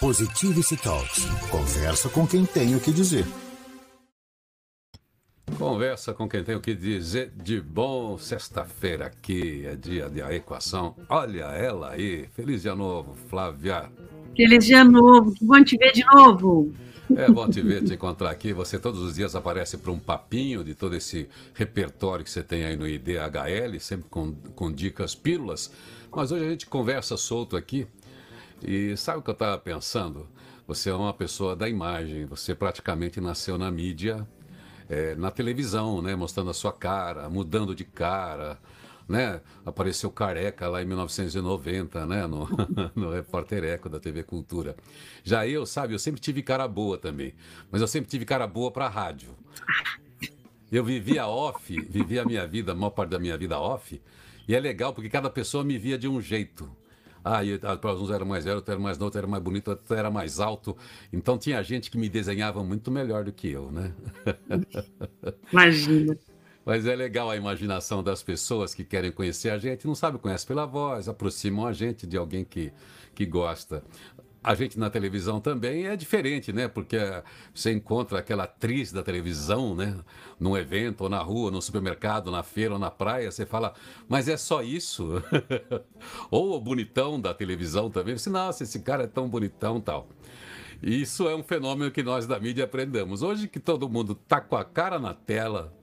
Positivity Talks. Conversa com quem tem o que dizer. Conversa com quem tem o que dizer de bom. Sexta-feira aqui é dia de A Equação. Olha ela aí. Feliz dia novo, Flávia. Feliz dia novo. Que bom te ver de novo. É bom te ver, te encontrar aqui. Você todos os dias aparece para um papinho de todo esse repertório que você tem aí no IDHL, sempre com dicas, pílulas. Mas hoje a gente conversa solto aqui. E sabe o que eu estava pensando? Você é uma pessoa da imagem. Você praticamente nasceu na mídia, na televisão, né? Mostrando a sua cara, mudando de cara, né? Apareceu careca lá em 1990, né? No Repórter Eco da TV Cultura. Já eu sempre tive cara boa também. Mas eu sempre tive cara boa para rádio. Eu vivia a minha vida, a maior parte da minha vida off. E é legal porque cada pessoa me via de um jeito. Para uns era mais velho, outro era mais novo, outro era mais bonito, outro era mais alto. Então tinha gente que me desenhava muito melhor do que eu, né? Imagina. Mas é legal a imaginação das pessoas que querem conhecer a gente. Não sabe, conhece pela voz, aproximam a gente de alguém que gosta. A gente na televisão também é diferente, né? Porque você encontra aquela atriz da televisão, né? Num evento, ou na rua, no supermercado, na feira ou na praia, você fala, mas é só isso? Ou o bonitão da televisão também, você, nossa, esse cara é tão bonitão e tal. E isso é um fenômeno que nós da mídia aprendemos. Hoje que todo mundo tá com a cara na tela,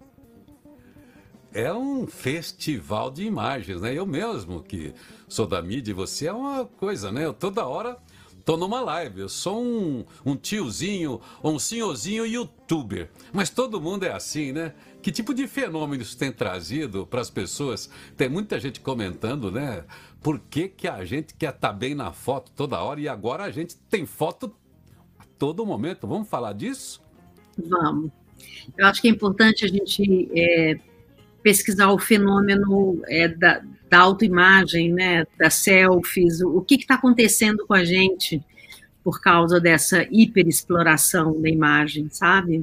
é um festival de imagens, né? Eu mesmo, que sou da mídia, e você é uma coisa, né? Eu toda hora tô numa live, eu sou um tiozinho, um senhorzinho youtuber. Mas todo mundo é assim, né? Que tipo de fenômeno isso tem trazido para as pessoas? Tem muita gente comentando, né? Por que a gente quer estar bem na foto toda hora e agora a gente tem foto a todo momento? Vamos falar disso? Vamos. Eu acho que é importante a gente pesquisar o fenômeno da autoimagem, né, das selfies, o que está acontecendo com a gente por causa dessa hiperexploração da imagem, sabe?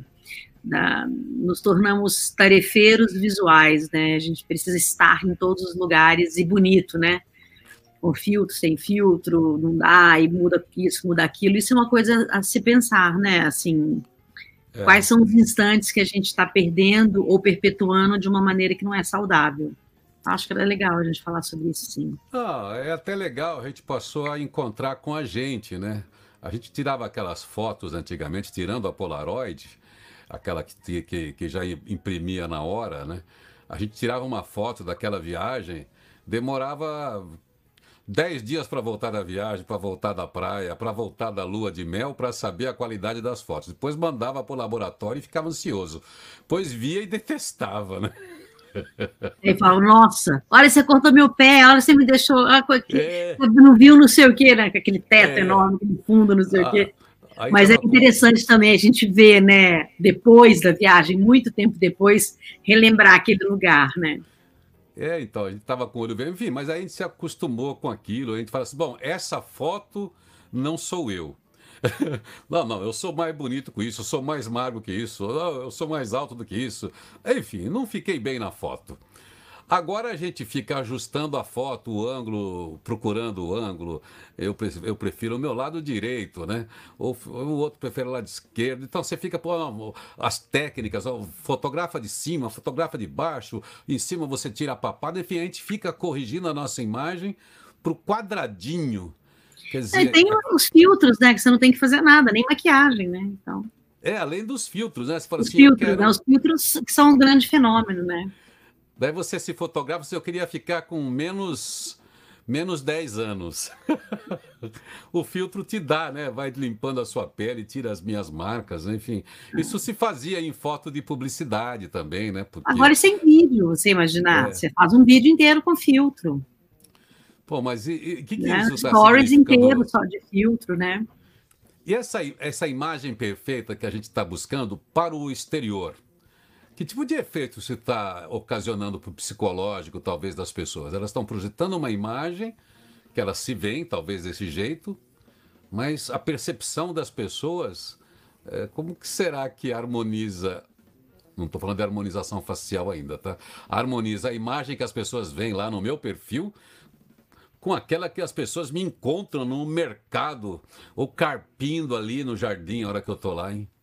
Nos tornamos tarefeiros visuais, né? A gente precisa estar em todos os lugares e bonito, né? Com filtro, sem filtro, não dá, e muda isso, muda aquilo. Isso é uma coisa a se pensar, né? Assim, quais são os instantes que a gente está perdendo ou perpetuando de uma maneira que não é saudável? Acho que era legal a gente falar sobre isso, sim. É até legal, a gente passou a encontrar com a gente, né? A gente tirava aquelas fotos antigamente, tirando a Polaroid, aquela que já imprimia na hora, né? A gente tirava uma foto daquela viagem, demorava 10 dias para voltar da viagem, para voltar da praia, para voltar da lua de mel, para saber a qualidade das fotos. Depois mandava para o laboratório e ficava ansioso. Depois via e detestava, né? Aí fala, nossa, olha, você cortou meu pé, olha, você me deixou, não viu não sei o quê, né, com aquele teto enorme, aquele fundo, não sei o quê. Mas é interessante também a gente ver, né, depois da viagem, muito tempo depois, relembrar aquele lugar, né? Então, a gente estava com o olho bem, enfim, mas aí a gente se acostumou com aquilo, a gente fala assim, bom, essa foto não sou eu. Não, eu sou mais bonito que isso, eu sou mais magro que isso, eu sou mais alto do que isso. Enfim, não fiquei bem na foto. Agora a gente fica ajustando a foto, o ângulo, procurando o ângulo. Eu prefiro o meu lado direito, né? Ou o outro prefere o lado esquerdo. Então você fica por as técnicas, fotografa de cima, fotografa de baixo, em cima você tira a papada. Enfim, a gente fica corrigindo a nossa imagem para o quadradinho. Quer dizer, tem os filtros, né? Que você não tem que fazer nada, nem maquiagem, né? Então, além dos filtros, né? Você fala os assim, filtros, né? Os filtros que são um grande fenômeno, né? Daí você se fotografa, eu queria ficar com menos 10 anos. O filtro te dá, né? Vai limpando a sua pele, tira as minhas marcas, enfim. Isso se fazia em foto de publicidade também, né? Porque, agora isso é em vídeo, você imaginar. Você faz um vídeo inteiro com filtro. Pô, mas o que né? isso está Stories significando? Inteiro só de filtro, né? E essa imagem perfeita que a gente está buscando para o exterior, que tipo de efeito você está ocasionando para o psicológico, talvez, das pessoas? Elas estão projetando uma imagem que elas se veem, talvez, desse jeito, mas a percepção das pessoas, como que será que harmoniza? Não estou falando de harmonização facial ainda, tá? Harmoniza a imagem que as pessoas veem lá no meu perfil com aquela que as pessoas me encontram no mercado ou carpindo ali no jardim a hora que eu estou lá, hein?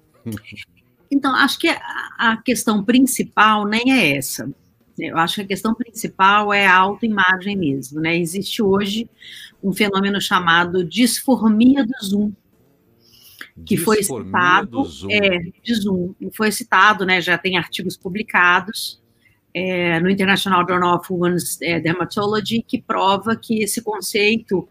Então, acho que a questão principal nem é essa. Eu acho que a questão principal é a autoimagem mesmo, né? Existe hoje um fenômeno chamado disformia do Zoom, que foi citado, de Zoom, foi citado, né? Já tem artigos publicados no International Journal of Women's Dermatology que prova que esse conceito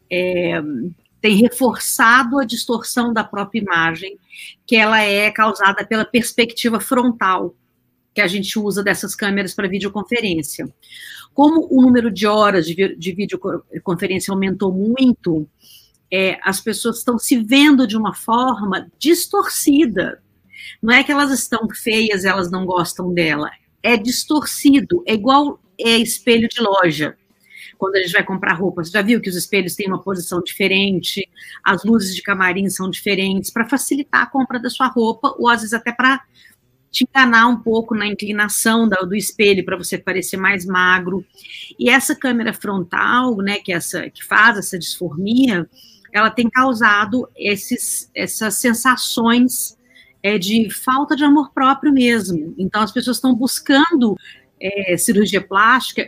tem reforçado a distorção da própria imagem, que ela é causada pela perspectiva frontal que a gente usa dessas câmeras para videoconferência. Como o número de horas de videoconferência aumentou muito, as pessoas estão se vendo de uma forma distorcida. Não é que elas estão feias, elas não gostam dela. É distorcido, é igual espelho de loja. Quando a gente vai comprar roupa, você já viu que os espelhos têm uma posição diferente, as luzes de camarim são diferentes, para facilitar a compra da sua roupa, ou às vezes até para te enganar um pouco na inclinação do espelho, para você parecer mais magro. E essa câmera frontal, né, que faz essa disformia, ela tem causado essas sensações de falta de amor próprio mesmo. Então, as pessoas estão buscando cirurgia plástica,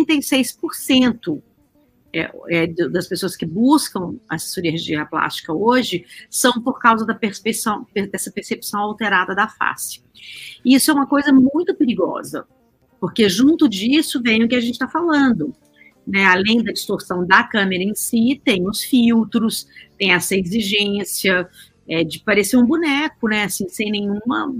86% das pessoas que buscam a cirurgia plástica hoje são por causa dessa percepção alterada da face. E isso é uma coisa muito perigosa, porque junto disso vem o que a gente está falando, né? Além da distorção da câmera em si, tem os filtros, tem essa exigência de parecer um boneco, né? Assim, sem nenhum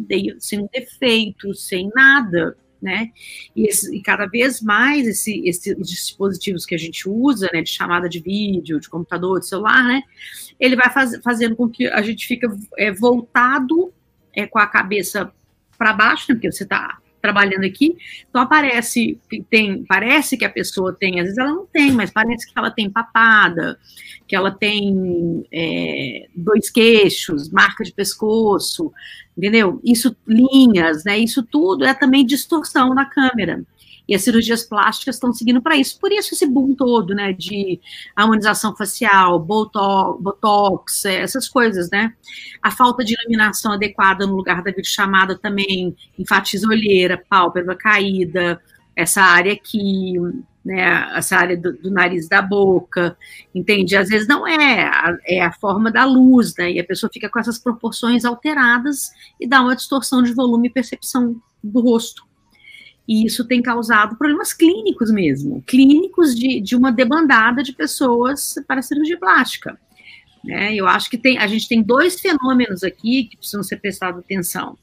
defeito, sem nada, né? E cada vez mais esses dispositivos que a gente usa, né, de chamada de vídeo, de computador, de celular, né, ele vai fazendo com que a gente fique voltado com a cabeça para baixo, né, porque você está trabalhando aqui, então parece que a pessoa tem, às vezes ela não tem, mas parece que ela tem papada, que ela tem 2 queixos, marca de pescoço, entendeu? Isso, linhas, né? Isso tudo é também distorção na câmera. E as cirurgias plásticas estão seguindo para isso. Por isso esse boom todo, né? De harmonização facial, botox, essas coisas, né? A falta de iluminação adequada no lugar da videochamada também enfatiza olheira, pálpebra caída, essa área aqui, né? Essa área do nariz, da boca, entende? Às vezes não é a forma da luz, né? E a pessoa fica com essas proporções alteradas e dá uma distorção de volume e percepção do rosto. E isso tem causado problemas clínicos mesmo, clínicos de uma debandada de pessoas para a cirurgia plástica, né? Eu acho que a gente tem 2 fenômenos aqui que precisam ser prestados atenção.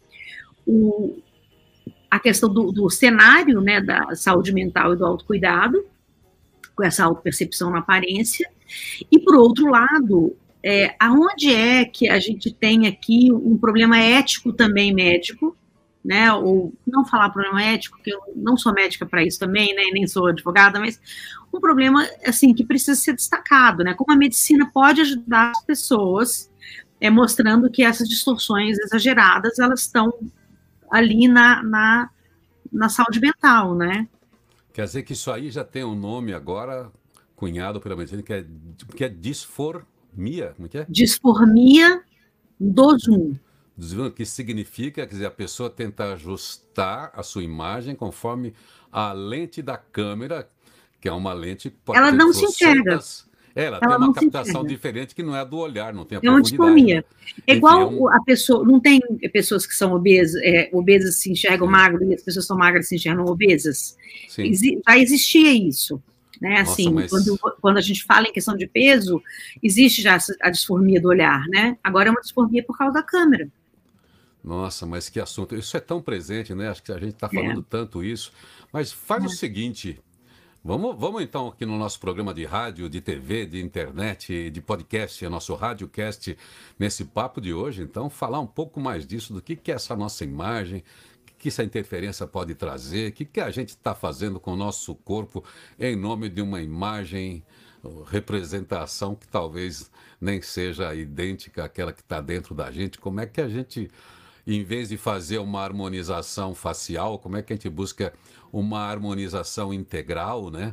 A questão do cenário, né, da saúde mental e do autocuidado, com essa autopercepção na aparência, e, por outro lado, aonde é que a gente tem aqui um problema ético também médico, né, ou não falar problema ético, porque eu não sou médica para isso também, né, nem sou advogada, mas um problema, assim, que precisa ser destacado, né, como a medicina pode ajudar as pessoas, mostrando que essas distorções exageradas, elas estão ali na saúde mental, né. Quer dizer que isso aí já tem um nome agora, cunhado pela medicina, que é disformia, como é que é? Disformia do Zoom. Que significa, quer dizer, a pessoa tenta ajustar a sua imagem conforme a lente da câmera, que é uma lente que pode ela ter não se enxerga. Ela tem uma captação diferente que não é a do olhar, não tem a profundidade. É uma disformia. É igual a pessoa, não tem pessoas que são obesas se enxergam magras, e as pessoas são magras se enxergam obesas? Sim. Já existia isso. Né, Nossa, assim, mas... quando a gente fala em questão de peso, existe já a disformia do olhar, né? Agora é uma disformia por causa da câmera. Nossa, mas que assunto. Isso é tão presente, né? Acho que a gente está falando tanto isso. Mas faz o seguinte, vamos então aqui no nosso programa de rádio, de TV, de internet, de podcast, nosso radiocast, nesse papo de hoje, então, falar um pouco mais disso, do que é essa nossa imagem, o que essa interferência pode trazer, o que a gente está fazendo com o nosso corpo em nome de uma imagem, representação que talvez nem seja idêntica àquela que está dentro da gente. Como é que a gente, em vez de fazer uma harmonização facial, como é que a gente busca uma harmonização integral, né?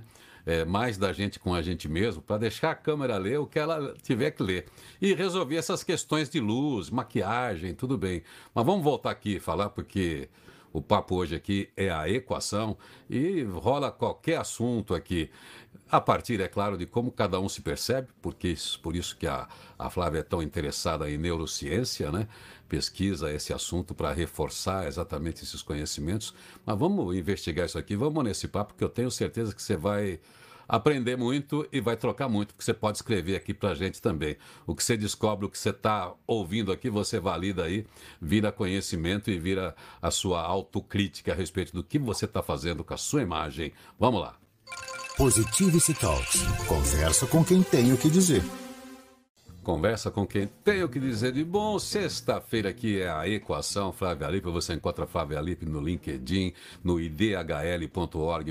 mais da gente com a gente mesmo, para deixar a câmera ler o que ela tiver que ler. E resolver essas questões de luz, maquiagem, tudo bem. Mas vamos voltar aqui e falar, porque o papo hoje aqui é a equação e rola qualquer assunto aqui. A partir, é claro, de como cada um se percebe, porque por isso que a Flávia é tão interessada em neurociência, né? Pesquisa esse assunto para reforçar exatamente esses conhecimentos. Mas vamos investigar isso aqui, vamos nesse papo, porque eu tenho certeza que você vai aprender muito e vai trocar muito, porque você pode escrever aqui para a gente também. O que você descobre, o que você está ouvindo aqui, você valida aí, vira conhecimento e vira a sua autocrítica a respeito do que você está fazendo com a sua imagem. Vamos lá. Positivity Talks. Conversa com quem tem o que dizer. Conversa com quem tem o que dizer de bom. Sexta-feira aqui é a Equação Flávia Alipe. Você encontra a Flávia Alipe no LinkedIn, no idhl.org.br.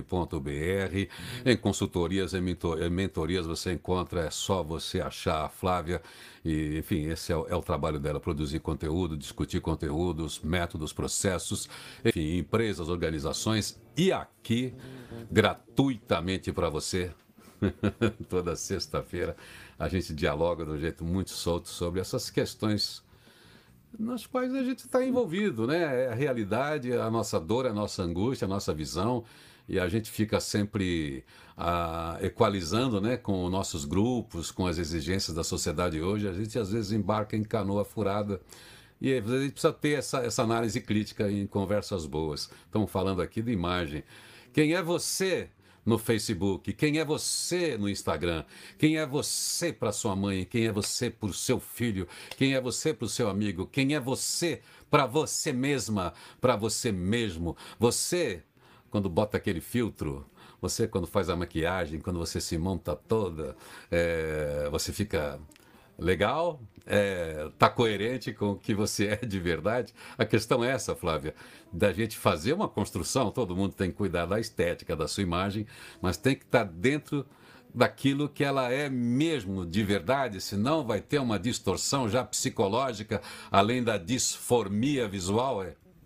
Em consultorias e mentorias você encontra, é só você achar a Flávia. E, enfim, esse é o trabalho dela, produzir conteúdo, discutir conteúdos, métodos, processos, enfim, empresas, organizações. E aqui, gratuitamente para você, toda sexta-feira, a gente dialoga de um jeito muito solto sobre essas questões nas quais a gente está envolvido, né? É a realidade, a nossa dor, a nossa angústia, a nossa visão, e a gente fica sempre equalizando, né, com nossos grupos, com as exigências da sociedade hoje. A gente às vezes embarca em canoa furada. E às vezes a gente precisa ter essa análise crítica em conversas boas. Estamos falando aqui de imagem. Quem é você no Facebook? Quem é você no Instagram? Quem é você para sua mãe? Quem é você para o seu filho? Quem é você para o seu amigo? Quem é você para você mesma, para você mesmo? Você, quando bota aquele filtro, você quando faz a maquiagem, quando você se monta toda, você fica legal? Tá coerente com o que você é de verdade? A questão é essa, Flávia, da gente fazer uma construção. Todo mundo tem que cuidar da estética da sua imagem, mas tem que estar dentro daquilo que ela é mesmo de verdade, senão vai ter uma distorção já psicológica, além da disformia visual.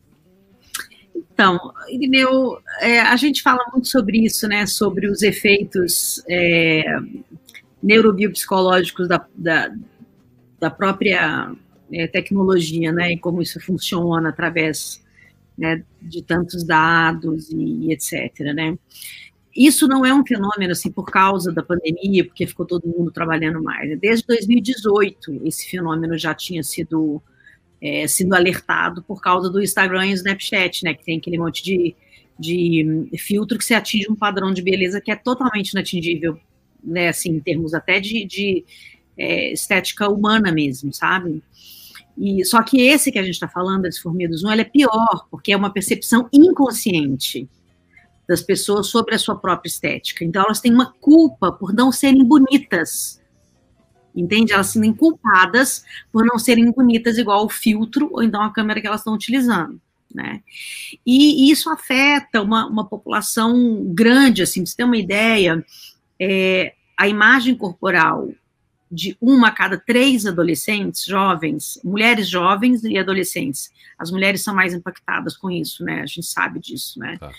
Então, Irineu, a gente fala muito sobre isso, né? Sobre os efeitos neurobiopsicológicos da própria tecnologia, né? E como isso funciona através, né, de tantos dados e etc., né? Isso não é um fenômeno assim por causa da pandemia, porque ficou todo mundo trabalhando mais. Desde 2018, esse fenômeno já tinha sido alertado por causa do Instagram e o Snapchat, né, que tem aquele monte de filtro que você atinge um padrão de beleza que é totalmente inatingível, né, assim, em termos até de estética humana mesmo, sabe? E, só que esse que a gente está falando, a disformia do zoom, ele é pior, porque é uma percepção inconsciente das pessoas sobre a sua própria estética. Então, elas têm uma culpa por não serem bonitas, entende? Elas se sentem culpadas por não serem bonitas igual o filtro ou então a câmera que elas estão utilizando, né? E isso afeta uma população grande, assim, pra você ter uma ideia, a imagem corporal de 1 a cada 3 adolescentes jovens, mulheres jovens e adolescentes, as mulheres são mais impactadas com isso, né? A gente sabe disso, né? Tá.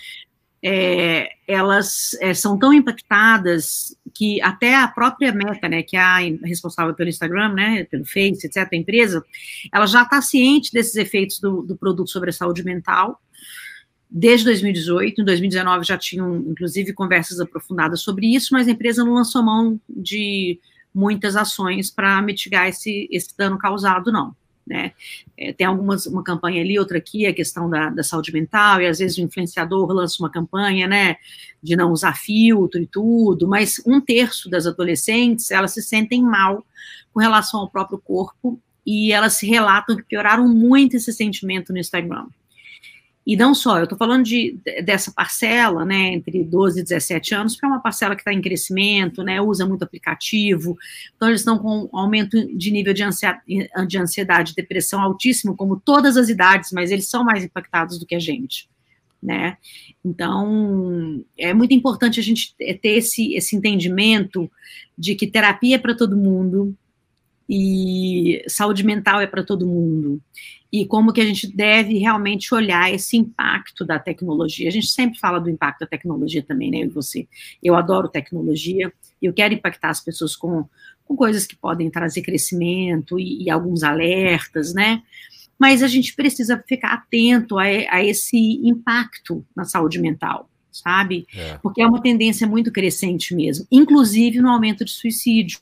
Elas são tão impactadas que até a própria Meta, né, que é a responsável pelo Instagram, né, pelo Face, etc., a empresa, ela já está ciente desses efeitos do produto sobre a saúde mental desde 2018. Em 2019 já tinham, inclusive, conversas aprofundadas sobre isso, mas a empresa não lançou mão de muitas ações para mitigar esse dano causado, não. Né? Tem uma campanha ali, outra aqui, a questão da saúde mental, e às vezes o influenciador lança uma campanha, né, de não usar filtro e tudo, mas 1/3 das adolescentes, elas se sentem mal com relação ao próprio corpo, e elas se relatam que pioraram muito esse sentimento no Instagram. E não só, eu estou falando dessa parcela, né, entre 12 e 17 anos, porque é uma parcela que está em crescimento, né, usa muito aplicativo, então eles estão com um aumento de nível de ansiedade, depressão altíssimo, como todas as idades, mas eles são mais impactados do que a gente, né. Então, é muito importante a gente ter esse entendimento de que terapia é para todo mundo, e saúde mental é para todo mundo. E como que a gente deve realmente olhar esse impacto da tecnologia. A gente sempre fala do impacto da tecnologia também, né, eu e você. Eu adoro tecnologia, eu quero impactar as pessoas com coisas que podem trazer crescimento e alguns alertas, né, mas a gente precisa ficar atento a esse impacto na saúde mental, sabe? Porque é uma tendência muito crescente mesmo, inclusive no aumento de suicídio.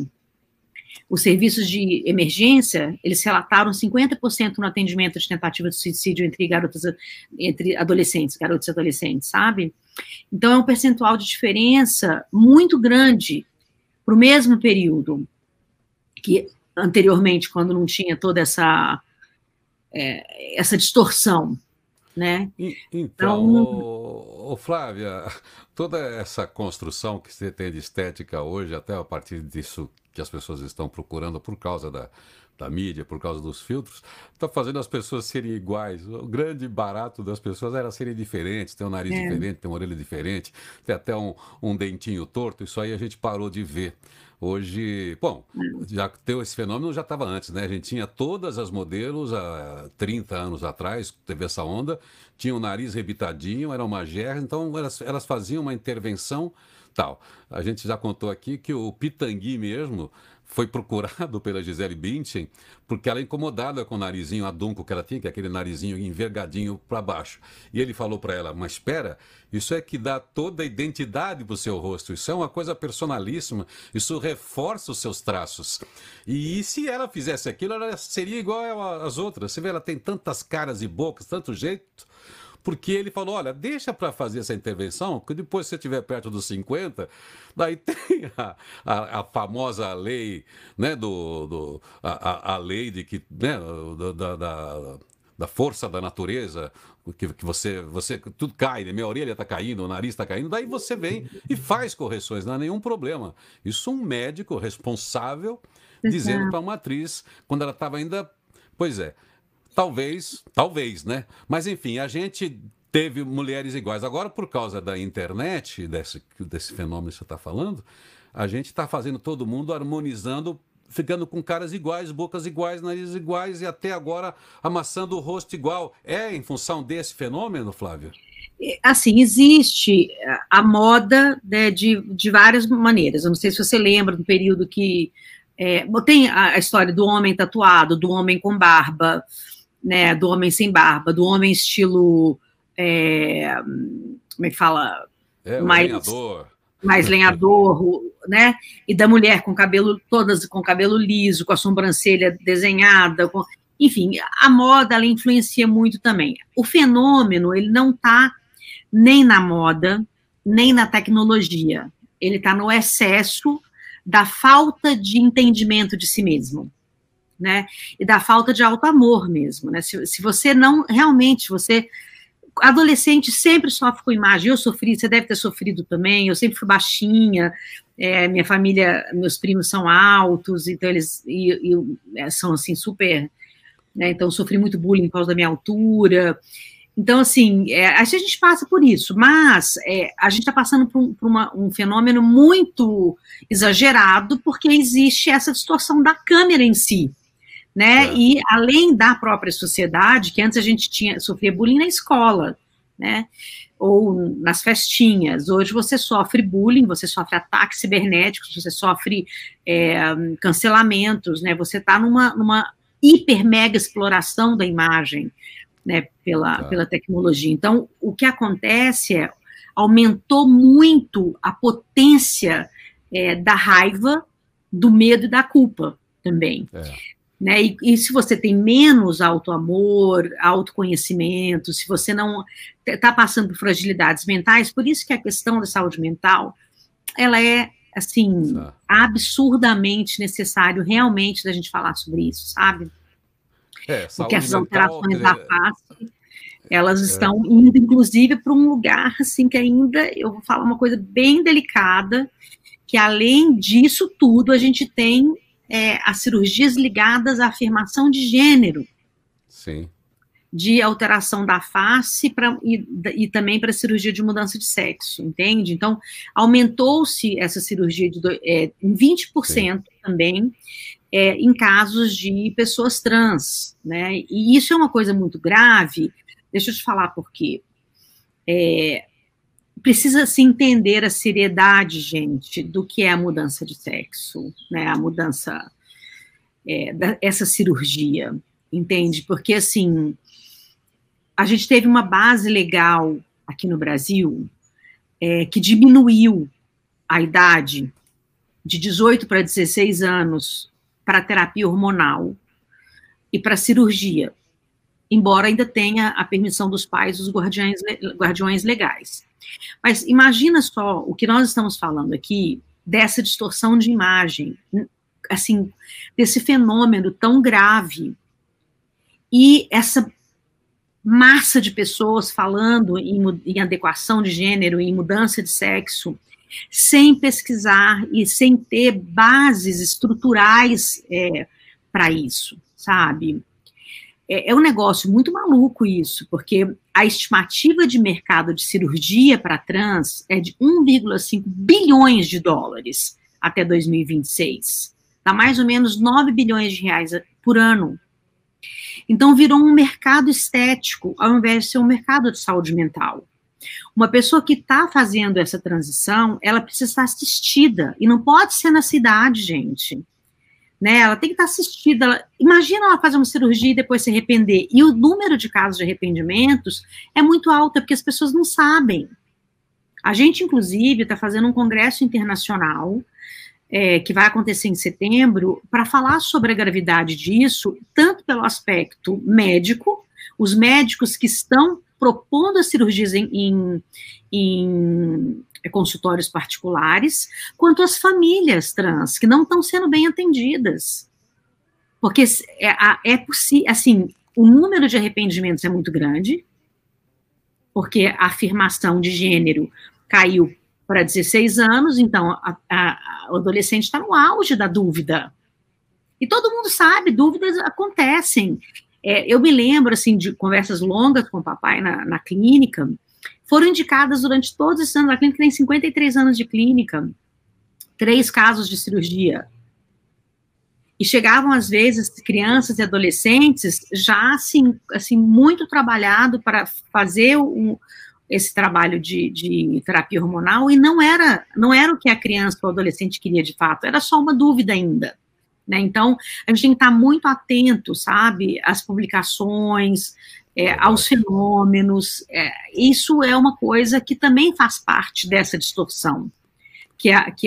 Os serviços de emergência, eles relataram 50% no atendimento de tentativa de suicídio entre adolescentes, garotos e adolescentes, sabe? Então, é um percentual de diferença muito grande para o mesmo período que anteriormente, quando não tinha toda essa distorção, né? Então, Flávia, toda essa construção que você tem de estética hoje, até a partir disso que as pessoas estão procurando por causa da mídia, por causa dos filtros, está fazendo as pessoas serem iguais. O grande barato das pessoas era serem diferentes, ter um nariz diferente, ter uma orelha diferente, ter até um dentinho torto. Isso aí a gente parou de ver. Hoje, bom, já teve esse fenômeno, já estava antes, né? A gente tinha todas as modelos há 30 anos atrás, teve essa onda, tinha o nariz rebitadinho, era uma gerra, então elas faziam uma intervenção tal. A gente já contou aqui que o Pitangui mesmo foi procurado pela Gisele Bündchen porque ela é incomodada com o narizinho adunco que ela tinha, que é aquele narizinho envergadinho para baixo. E ele falou para ela, mas espera, isso é que dá toda a identidade para o seu rosto, isso é uma coisa personalíssima, isso reforça os seus traços. E se ela fizesse aquilo, ela seria igual às outras. Você vê, ela tem tantas caras e bocas, tanto jeito, porque ele falou, olha, deixa para fazer essa intervenção, que depois que você estiver perto dos 50, daí tem a famosa lei, né, a lei de que, né, da força da natureza, que você tudo cai, né? Minha orelha está caindo, o nariz está caindo, daí você vem e faz correções, não há nenhum problema. Isso um médico responsável dizendo para uma atriz, quando ela estava ainda, pois é, talvez, né? Mas, enfim, a gente teve mulheres iguais. Agora, por causa da internet, desse fenômeno que você está falando, a gente está fazendo todo mundo harmonizando, ficando com caras iguais, bocas iguais, narizes iguais e até agora amassando o rosto igual. É em função desse fenômeno, Flávia? Assim, existe a moda, né, de várias maneiras. Eu não sei se você lembra do período que... tem a história do homem tatuado, do homem com barba, né, do homem sem barba, do homem estilo, como é que fala? Mais lenhador, né, e da mulher com cabelo, todas com cabelo liso, com a sobrancelha desenhada, enfim, a moda, ela influencia muito também. O fenômeno, ele não está nem na moda, nem na tecnologia, ele está no excesso da falta de entendimento de si mesmo, né, e da falta de auto-amor mesmo, né, se você não, realmente, adolescente sempre sofre com imagem, eu sofri, você deve ter sofrido também, eu sempre fui baixinha, minha família, meus primos são altos, então eles são, assim, super, né, então sofri muito bullying por causa da minha altura, então, assim, a gente passa por isso, mas a gente está passando por um fenômeno muito exagerado, porque existe essa distorção da câmera em si, né, e além da própria sociedade, que antes a gente sofria bullying na escola, né, ou nas festinhas, hoje você sofre bullying, você sofre ataques cibernéticos, você sofre cancelamentos, né, você está numa hiper mega exploração da imagem, né, pela tecnologia. Então, o que acontece aumentou muito a potência da raiva, do medo e da culpa também. Né? E se você tem menos auto-amor, autoconhecimento, se você não está passando por fragilidades mentais, por isso que a questão da saúde mental, ela é, assim, absurdamente necessário realmente da gente falar sobre isso, sabe? Porque essas alterações da face, elas estão indo, inclusive, para um lugar, assim, que ainda, eu vou falar uma coisa bem delicada, que além disso tudo, a gente tem as cirurgias ligadas à afirmação de gênero. Sim. De alteração da face e também para cirurgia de mudança de sexo, entende? Então, aumentou-se essa cirurgia em 20% também, em casos de pessoas trans, né? E isso é uma coisa muito grave. Deixa eu te falar por quê. Precisa se entender a seriedade, gente, do que é a mudança de sexo, né? A mudança, essa cirurgia, entende? Porque, assim, a gente teve uma base legal aqui no Brasil que diminuiu a idade de 18 para 16 anos para terapia hormonal e para cirurgia, embora ainda tenha a permissão dos pais, os guardiões legais. Mas imagina só o que nós estamos falando aqui, dessa distorção de imagem, assim, desse fenômeno tão grave, e essa massa de pessoas falando em adequação de gênero, em mudança de sexo, sem pesquisar e sem ter bases estruturais para isso, sabe? É um negócio muito maluco isso, porque a estimativa de mercado de cirurgia para trans é de 1,5 bilhões de dólares até 2026. Dá mais ou menos 9 bilhões de reais por ano. Então, virou um mercado estético, ao invés de ser um mercado de saúde mental. Uma pessoa que está fazendo essa transição, ela precisa estar assistida, e não pode ser na cidade, gente. Né? Ela tem que estar assistida. Imagina ela fazer uma cirurgia e depois se arrepender. E o número de casos de arrependimentos é muito alto, porque as pessoas não sabem. A gente, inclusive, está fazendo um congresso internacional que vai acontecer em setembro, para falar sobre a gravidade disso, tanto pelo aspecto médico, os médicos que estão propondo as cirurgias em consultórios particulares, quanto as famílias trans, que não estão sendo bem atendidas. Porque é possível, assim, o número de arrependimentos é muito grande, porque a afirmação de gênero caiu para 16 anos, então o adolescente está no auge da dúvida. E todo mundo sabe, dúvidas acontecem. Eu me lembro, assim, de conversas longas com o papai na clínica, foram indicadas durante todos esses anos, a clínica tem 53 anos de clínica, 3 casos de cirurgia. E chegavam, às vezes, crianças e adolescentes já, assim muito trabalhado para fazer esse trabalho de terapia hormonal, e não era o que a criança ou o adolescente queria de fato, era só uma dúvida ainda. Né? Então, a gente tem que estar muito atento, sabe, às publicações, aos fenômenos. Isso é uma coisa que também faz parte dessa distorção, que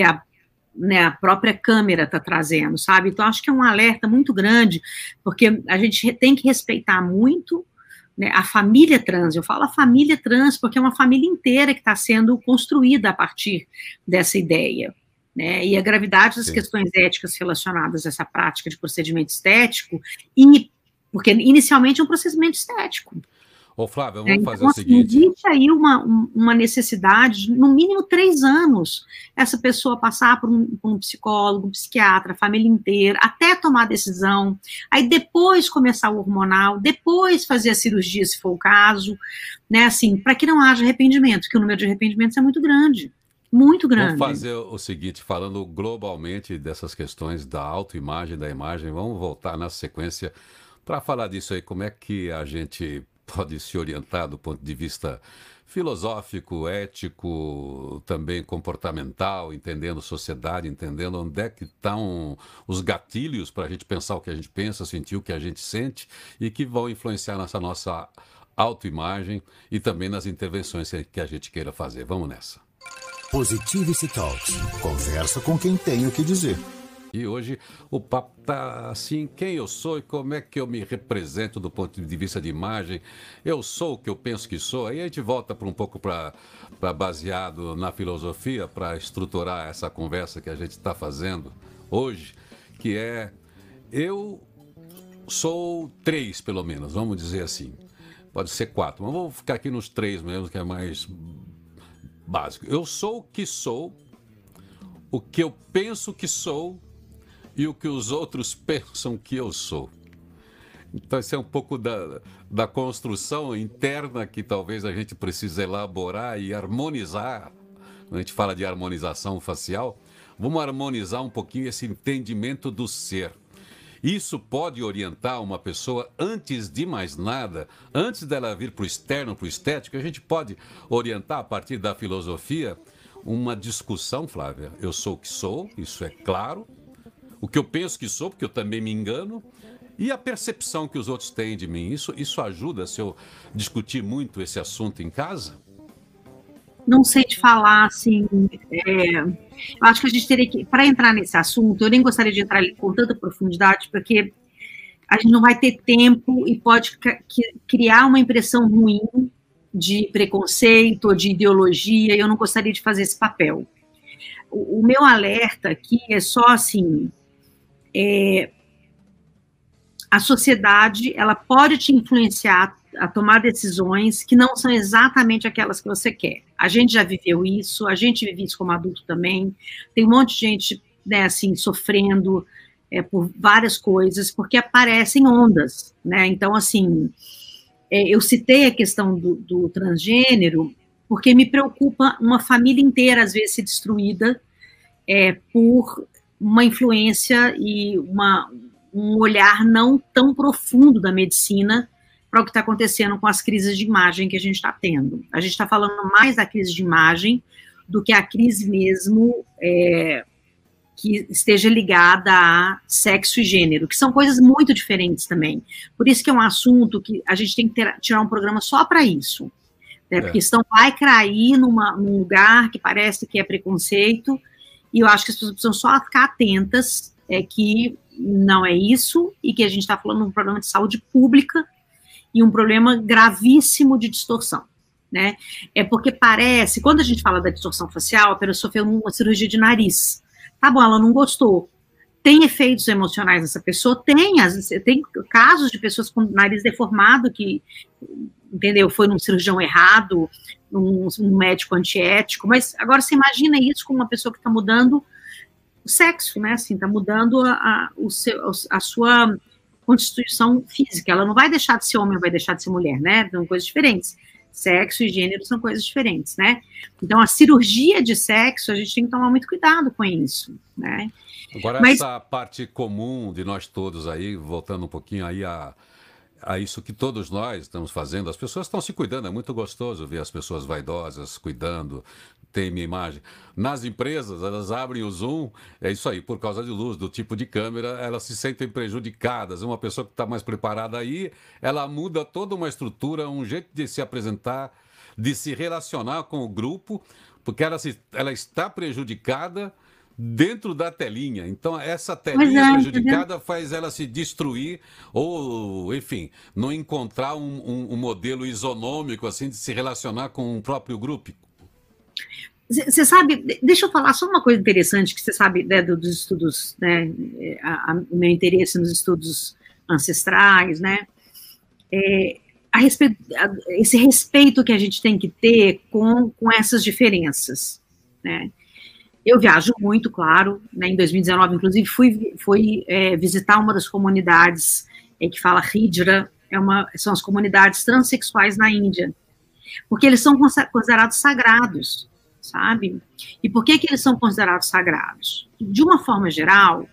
a própria câmera está trazendo, sabe? Então, acho que é um alerta muito grande, porque a gente tem que respeitar muito, né, a família trans. Eu falo a família trans porque é uma família inteira que está sendo construída a partir dessa ideia. Né, e a gravidade das questões éticas relacionadas a essa prática de procedimento estético, porque inicialmente é um procedimento estético. Ô, Flávia, vamos fazer o seguinte. Existe aí uma necessidade, de, no mínimo 3 anos, essa pessoa passar por um psicólogo, um psiquiatra, a família inteira, até tomar a decisão, aí depois começar o hormonal, depois fazer a cirurgia, se for o caso, né, assim, para que não haja arrependimento, porque o número de arrependimentos é muito grande. Muito grande. Vamos fazer o seguinte, falando globalmente dessas questões da autoimagem, da imagem, vamos voltar na sequência para falar disso aí, como é que a gente pode se orientar do ponto de vista filosófico, ético, também comportamental, entendendo sociedade, entendendo onde é que estão os gatilhos para a gente pensar o que a gente pensa, sentir o que a gente sente e que vão influenciar nessa nossa autoimagem e também nas intervenções que a gente queira fazer. Vamos nessa. Positivity Talks. Conversa com quem tem o que dizer. E hoje o papo tá assim, quem eu sou e como é que eu me represento do ponto de vista de imagem. Eu sou o que eu penso que sou. Aí a gente volta para um pouco para baseado na filosofia, para estruturar essa conversa que a gente está fazendo hoje, que é eu sou 3, pelo menos, vamos dizer assim. Pode ser 4, mas vamos ficar aqui nos 3 mesmo, que é mais básico. Eu sou o que sou, o que eu penso que sou e o que os outros pensam que eu sou. Então, isso é um pouco da construção interna que talvez a gente precise elaborar e harmonizar. Quando a gente fala de harmonização facial, vamos harmonizar um pouquinho esse entendimento do ser. Isso pode orientar uma pessoa antes de mais nada, antes dela vir para o externo, para o estético, a gente pode orientar a partir da filosofia uma discussão, Flávia. Eu sou o que sou, isso é claro. O que eu penso que sou, porque eu também me engano. E a percepção que os outros têm de mim. Isso ajuda se eu discutir muito esse assunto em casa? Não sei te falar, assim, eu acho que a gente teria que, para entrar nesse assunto, eu nem gostaria de entrar com tanta profundidade, porque a gente não vai ter tempo e pode criar uma impressão ruim de preconceito ou de ideologia, e eu não gostaria de fazer esse papel. O meu alerta aqui é só, assim, a sociedade, ela pode te influenciar a tomar decisões que não são exatamente aquelas que você quer. A gente já viveu isso, a gente vive isso como adulto também, tem um monte de gente, né, assim, sofrendo por várias coisas, porque aparecem ondas, né, então, assim, eu citei a questão do transgênero, porque me preocupa uma família inteira, às vezes, ser destruída por uma influência e um olhar não tão profundo da medicina para o que está acontecendo com as crises de imagem que a gente está tendo. A gente está falando mais da crise de imagem do que a crise mesmo que esteja ligada a sexo e gênero, que são coisas muito diferentes também. Por isso que é um assunto que a gente tem que tirar um programa só para isso, né? Porque senão vai cair num lugar que parece que é preconceito, e eu acho que as pessoas precisam só ficar atentas que não é isso, e que a gente está falando de um problema de saúde pública, e um problema gravíssimo de distorção, né? É porque parece, quando a gente fala da distorção facial, a pessoa fez uma cirurgia de nariz. Tá bom, ela não gostou. Tem efeitos emocionais nessa pessoa? Tem casos de pessoas com nariz deformado que, entendeu, foi num cirurgião errado, um médico antiético, mas agora você imagina isso com uma pessoa que está mudando o sexo, né? Assim, está mudando a sua constituição física, ela não vai deixar de ser homem ou vai deixar de ser mulher, né? São coisas diferentes. Sexo e gênero são coisas diferentes, né? Então, a cirurgia de sexo, a gente tem que tomar muito cuidado com isso, né? Agora, essa parte comum de nós todos aí, voltando um pouquinho aí a isso que todos nós estamos fazendo, as pessoas estão se cuidando, é muito gostoso ver as pessoas vaidosas cuidando, tem minha imagem. Nas empresas, elas abrem o Zoom, é isso aí, por causa de luz, do tipo de câmera, elas se sentem prejudicadas. Uma pessoa que está mais preparada aí, ela muda toda uma estrutura, um jeito de se apresentar, de se relacionar com o grupo, porque ela está prejudicada dentro da telinha. Então, essa telinha prejudicada faz ela se destruir ou, enfim, não encontrar um modelo isonômico, assim, de se relacionar com o próprio grupo. Você sabe, deixa eu falar só uma coisa interessante, que você sabe, né, dos estudos, né, o meu interesse nos estudos ancestrais, né, esse respeito que a gente tem que ter com essas diferenças, né. Eu viajo muito, claro, né, em 2019, inclusive, fui visitar uma das comunidades que fala Hijra, são as comunidades transexuais na Índia, porque eles são considerados sagrados, sabe? E por que eles são considerados sagrados? De uma forma geral,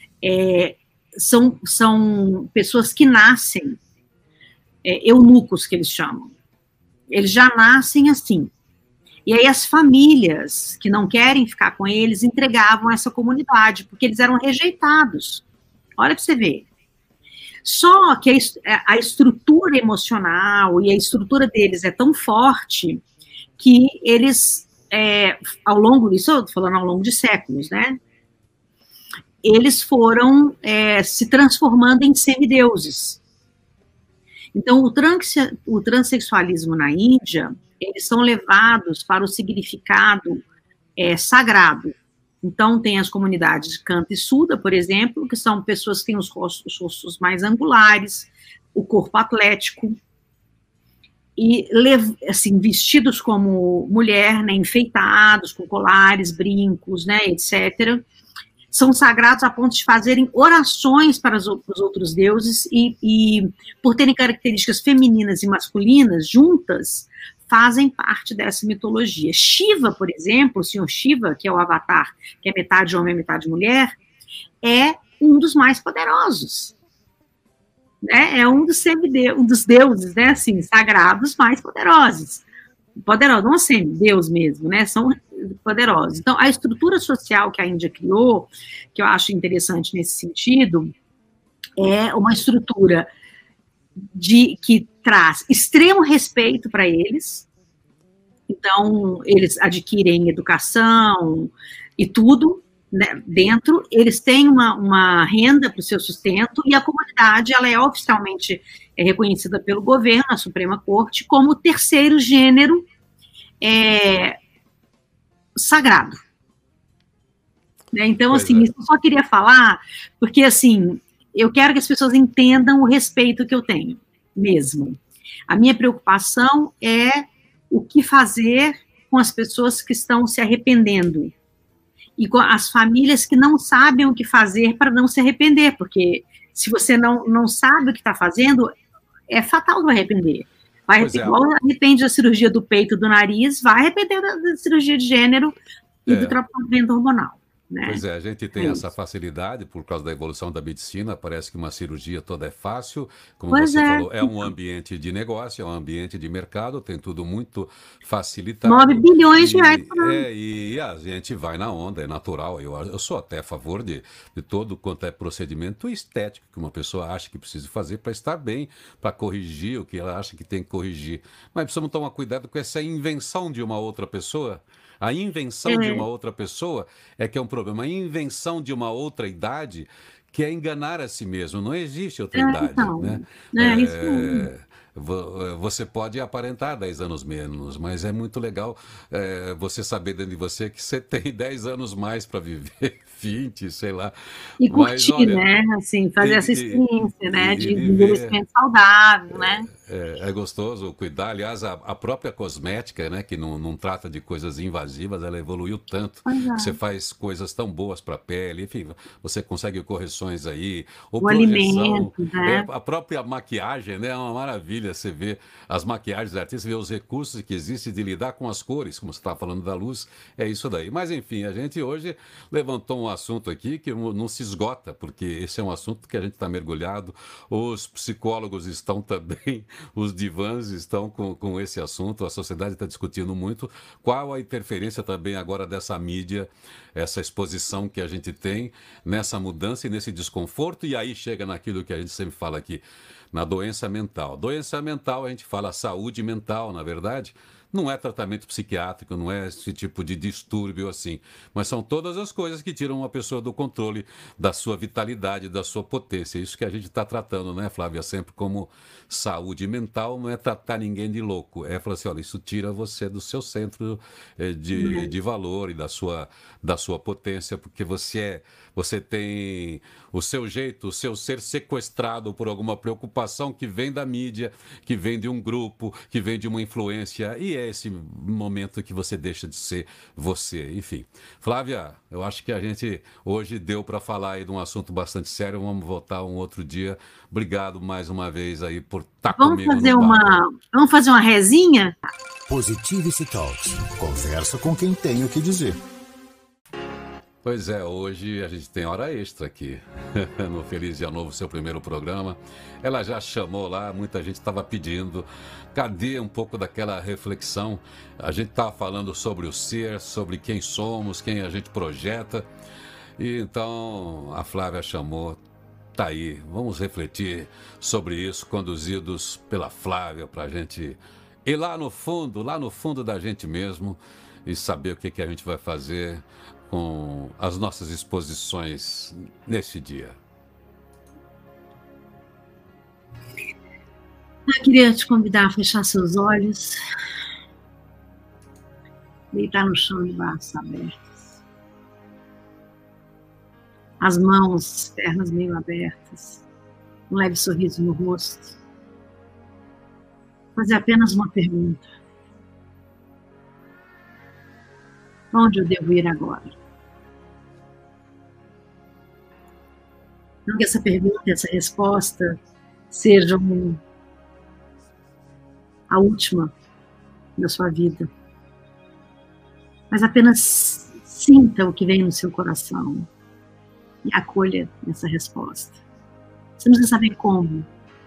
são pessoas que nascem, eunucos, que eles chamam. Eles já nascem assim. E aí as famílias que não querem ficar com eles entregavam essa comunidade, porque eles eram rejeitados. Olha para você ver. Só que a estrutura emocional e a estrutura deles é tão forte que eles, ao longo disso, eu estou falando ao longo de séculos, né? Eles foram se transformando em semideuses. Então, o transexualismo na Índia, eles são levados para o significado sagrado. Então, tem as comunidades de Kanta e Sudha, por exemplo, que são pessoas que têm os rostos mais angulares, o corpo atlético, e assim, vestidos como mulher, né, enfeitados, com colares, brincos, né, etc., são sagrados a ponto de fazerem orações para os outros deuses e, por terem características femininas e masculinas juntas, fazem parte dessa mitologia. Shiva, por exemplo, o senhor Shiva, que é o avatar, que é metade homem e metade mulher, é um dos mais poderosos. Né? É um dos deuses, né, assim, sagrados mais poderosos. Poderosos, não semideus mesmo, né? São poderosos. Então, a estrutura social que a Índia criou, que eu acho interessante nesse sentido, é uma estrutura que traz extremo respeito para eles. Então, eles adquirem educação e tudo, né, dentro, eles têm uma renda para o seu sustento, e a comunidade ela é oficialmente reconhecida pelo governo, a Suprema Corte, como o terceiro gênero sagrado. Né? Então, assim, isso eu só queria falar, porque, assim, eu quero que as pessoas entendam o respeito que eu tenho, mesmo. A minha preocupação é o que fazer com as pessoas que estão se arrependendo, e com as famílias que não sabem o que fazer para não se arrepender, porque se você não sabe o que está fazendo, é fatal não arrepender. Igual arrepende da cirurgia do peito e do nariz, vai arrepender da cirurgia de gênero e do tratamento hormonal. Né? Pois é, a gente tem essa facilidade por causa da evolução da medicina, parece que uma cirurgia toda é fácil, como você falou, é um ambiente de negócio, é um ambiente de mercado, tem tudo muito facilitado. 9 bilhões de reais por ano. E a gente vai na onda, é natural, eu sou até a favor de todo quanto é procedimento estético que uma pessoa acha que precisa fazer para estar bem, para corrigir o que ela acha que tem que corrigir. Mas precisamos tomar cuidado com essa invenção de uma outra pessoa. A invenção de uma outra pessoa é que é um problema. A invenção de uma outra idade que é enganar a si mesmo. Não existe outra idade. Então, né? Isso mesmo. Você pode aparentar 10 anos menos, mas é muito legal você saber dentro de você que você tem 10 anos mais para viver, 20, sei lá. E curtir, mas, olha, né? Assim, fazer essa experiência, né? De envelhecimento saudável, né? É gostoso cuidar. Aliás, a própria cosmética, né, que não trata de coisas invasivas, ela evoluiu tanto. Você faz coisas tão boas para a pele, enfim, você consegue correções aí. O alimento, né? A própria maquiagem, né, é uma maravilha. Você vê as maquiagens dos artistas, vê os recursos que existem de lidar com as cores, como você estava falando da luz, é isso daí. Mas, enfim, a gente hoje levantou um assunto aqui que não se esgota, porque esse é um assunto que a gente está mergulhado, os psicólogos estão também, os divãs estão com esse assunto, a sociedade está discutindo muito qual a interferência também agora dessa mídia, essa exposição que a gente tem nessa mudança e nesse desconforto, e aí chega naquilo que a gente sempre fala aqui, na doença mental. Doença mental, a gente fala saúde mental, na verdade, não é tratamento psiquiátrico, não é esse tipo de distúrbio assim, mas são todas as coisas que tiram uma pessoa do controle da sua vitalidade, da sua potência. Isso que a gente está tratando, né, Flávia? Sempre como saúde mental, não é tratar ninguém de louco, é falar assim, olha, isso tira você do seu centro de valor e da sua potência, porque você tem o seu jeito, o seu ser sequestrado por alguma preocupação que vem da mídia, que vem de um grupo, que vem de uma influência, e é esse momento que você deixa de ser você. Enfim, Flávia, eu acho que a gente hoje deu para falar aí de um assunto bastante sério, vamos voltar um outro dia. Obrigado mais uma vez aí por estar comigo. Vamos fazer uma rezinha? Positivity Talks. Conversa com quem tem o que dizer. Pois é, hoje a gente tem hora extra aqui, no Feliz Dia Novo, seu primeiro programa. Ela já chamou lá, muita gente estava pedindo, cadê um pouco daquela reflexão? A gente estava falando sobre o ser, sobre quem somos, quem a gente projeta. E então a Flávia chamou, tá aí, vamos refletir sobre isso, conduzidos pela Flávia, para a gente ir lá no fundo da gente mesmo e saber o que a gente vai fazer com as nossas exposições nesse dia. Eu queria te convidar a fechar seus olhos, deitar no chão de braços abertos, as mãos, pernas meio abertas, um leve sorriso no rosto, fazer apenas uma pergunta. Onde eu devo ir agora? Não que essa pergunta e essa resposta sejam a última da sua vida, mas apenas sinta o que vem no seu coração. e acolha essa resposta. Você não precisa saber como.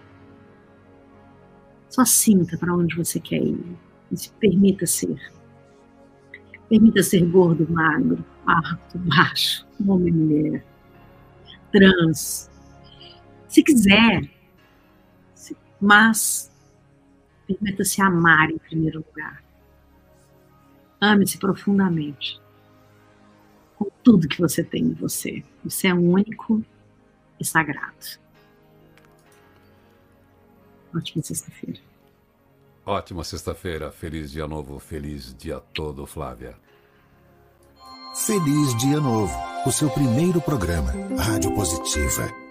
Só sinta para onde você quer ir e se permita ser. Permita ser gordo, magro, alto, baixo, homem, mulher, trans, se quiser, mas permita-se amar em primeiro lugar. Ame-se profundamente, com tudo que você tem em você. Você é único e sagrado. Ótima sexta-feira. Ótima sexta-feira. Feliz dia novo. Feliz dia todo, Flávia. Feliz Dia Novo, o seu primeiro programa, Rádio Positiva.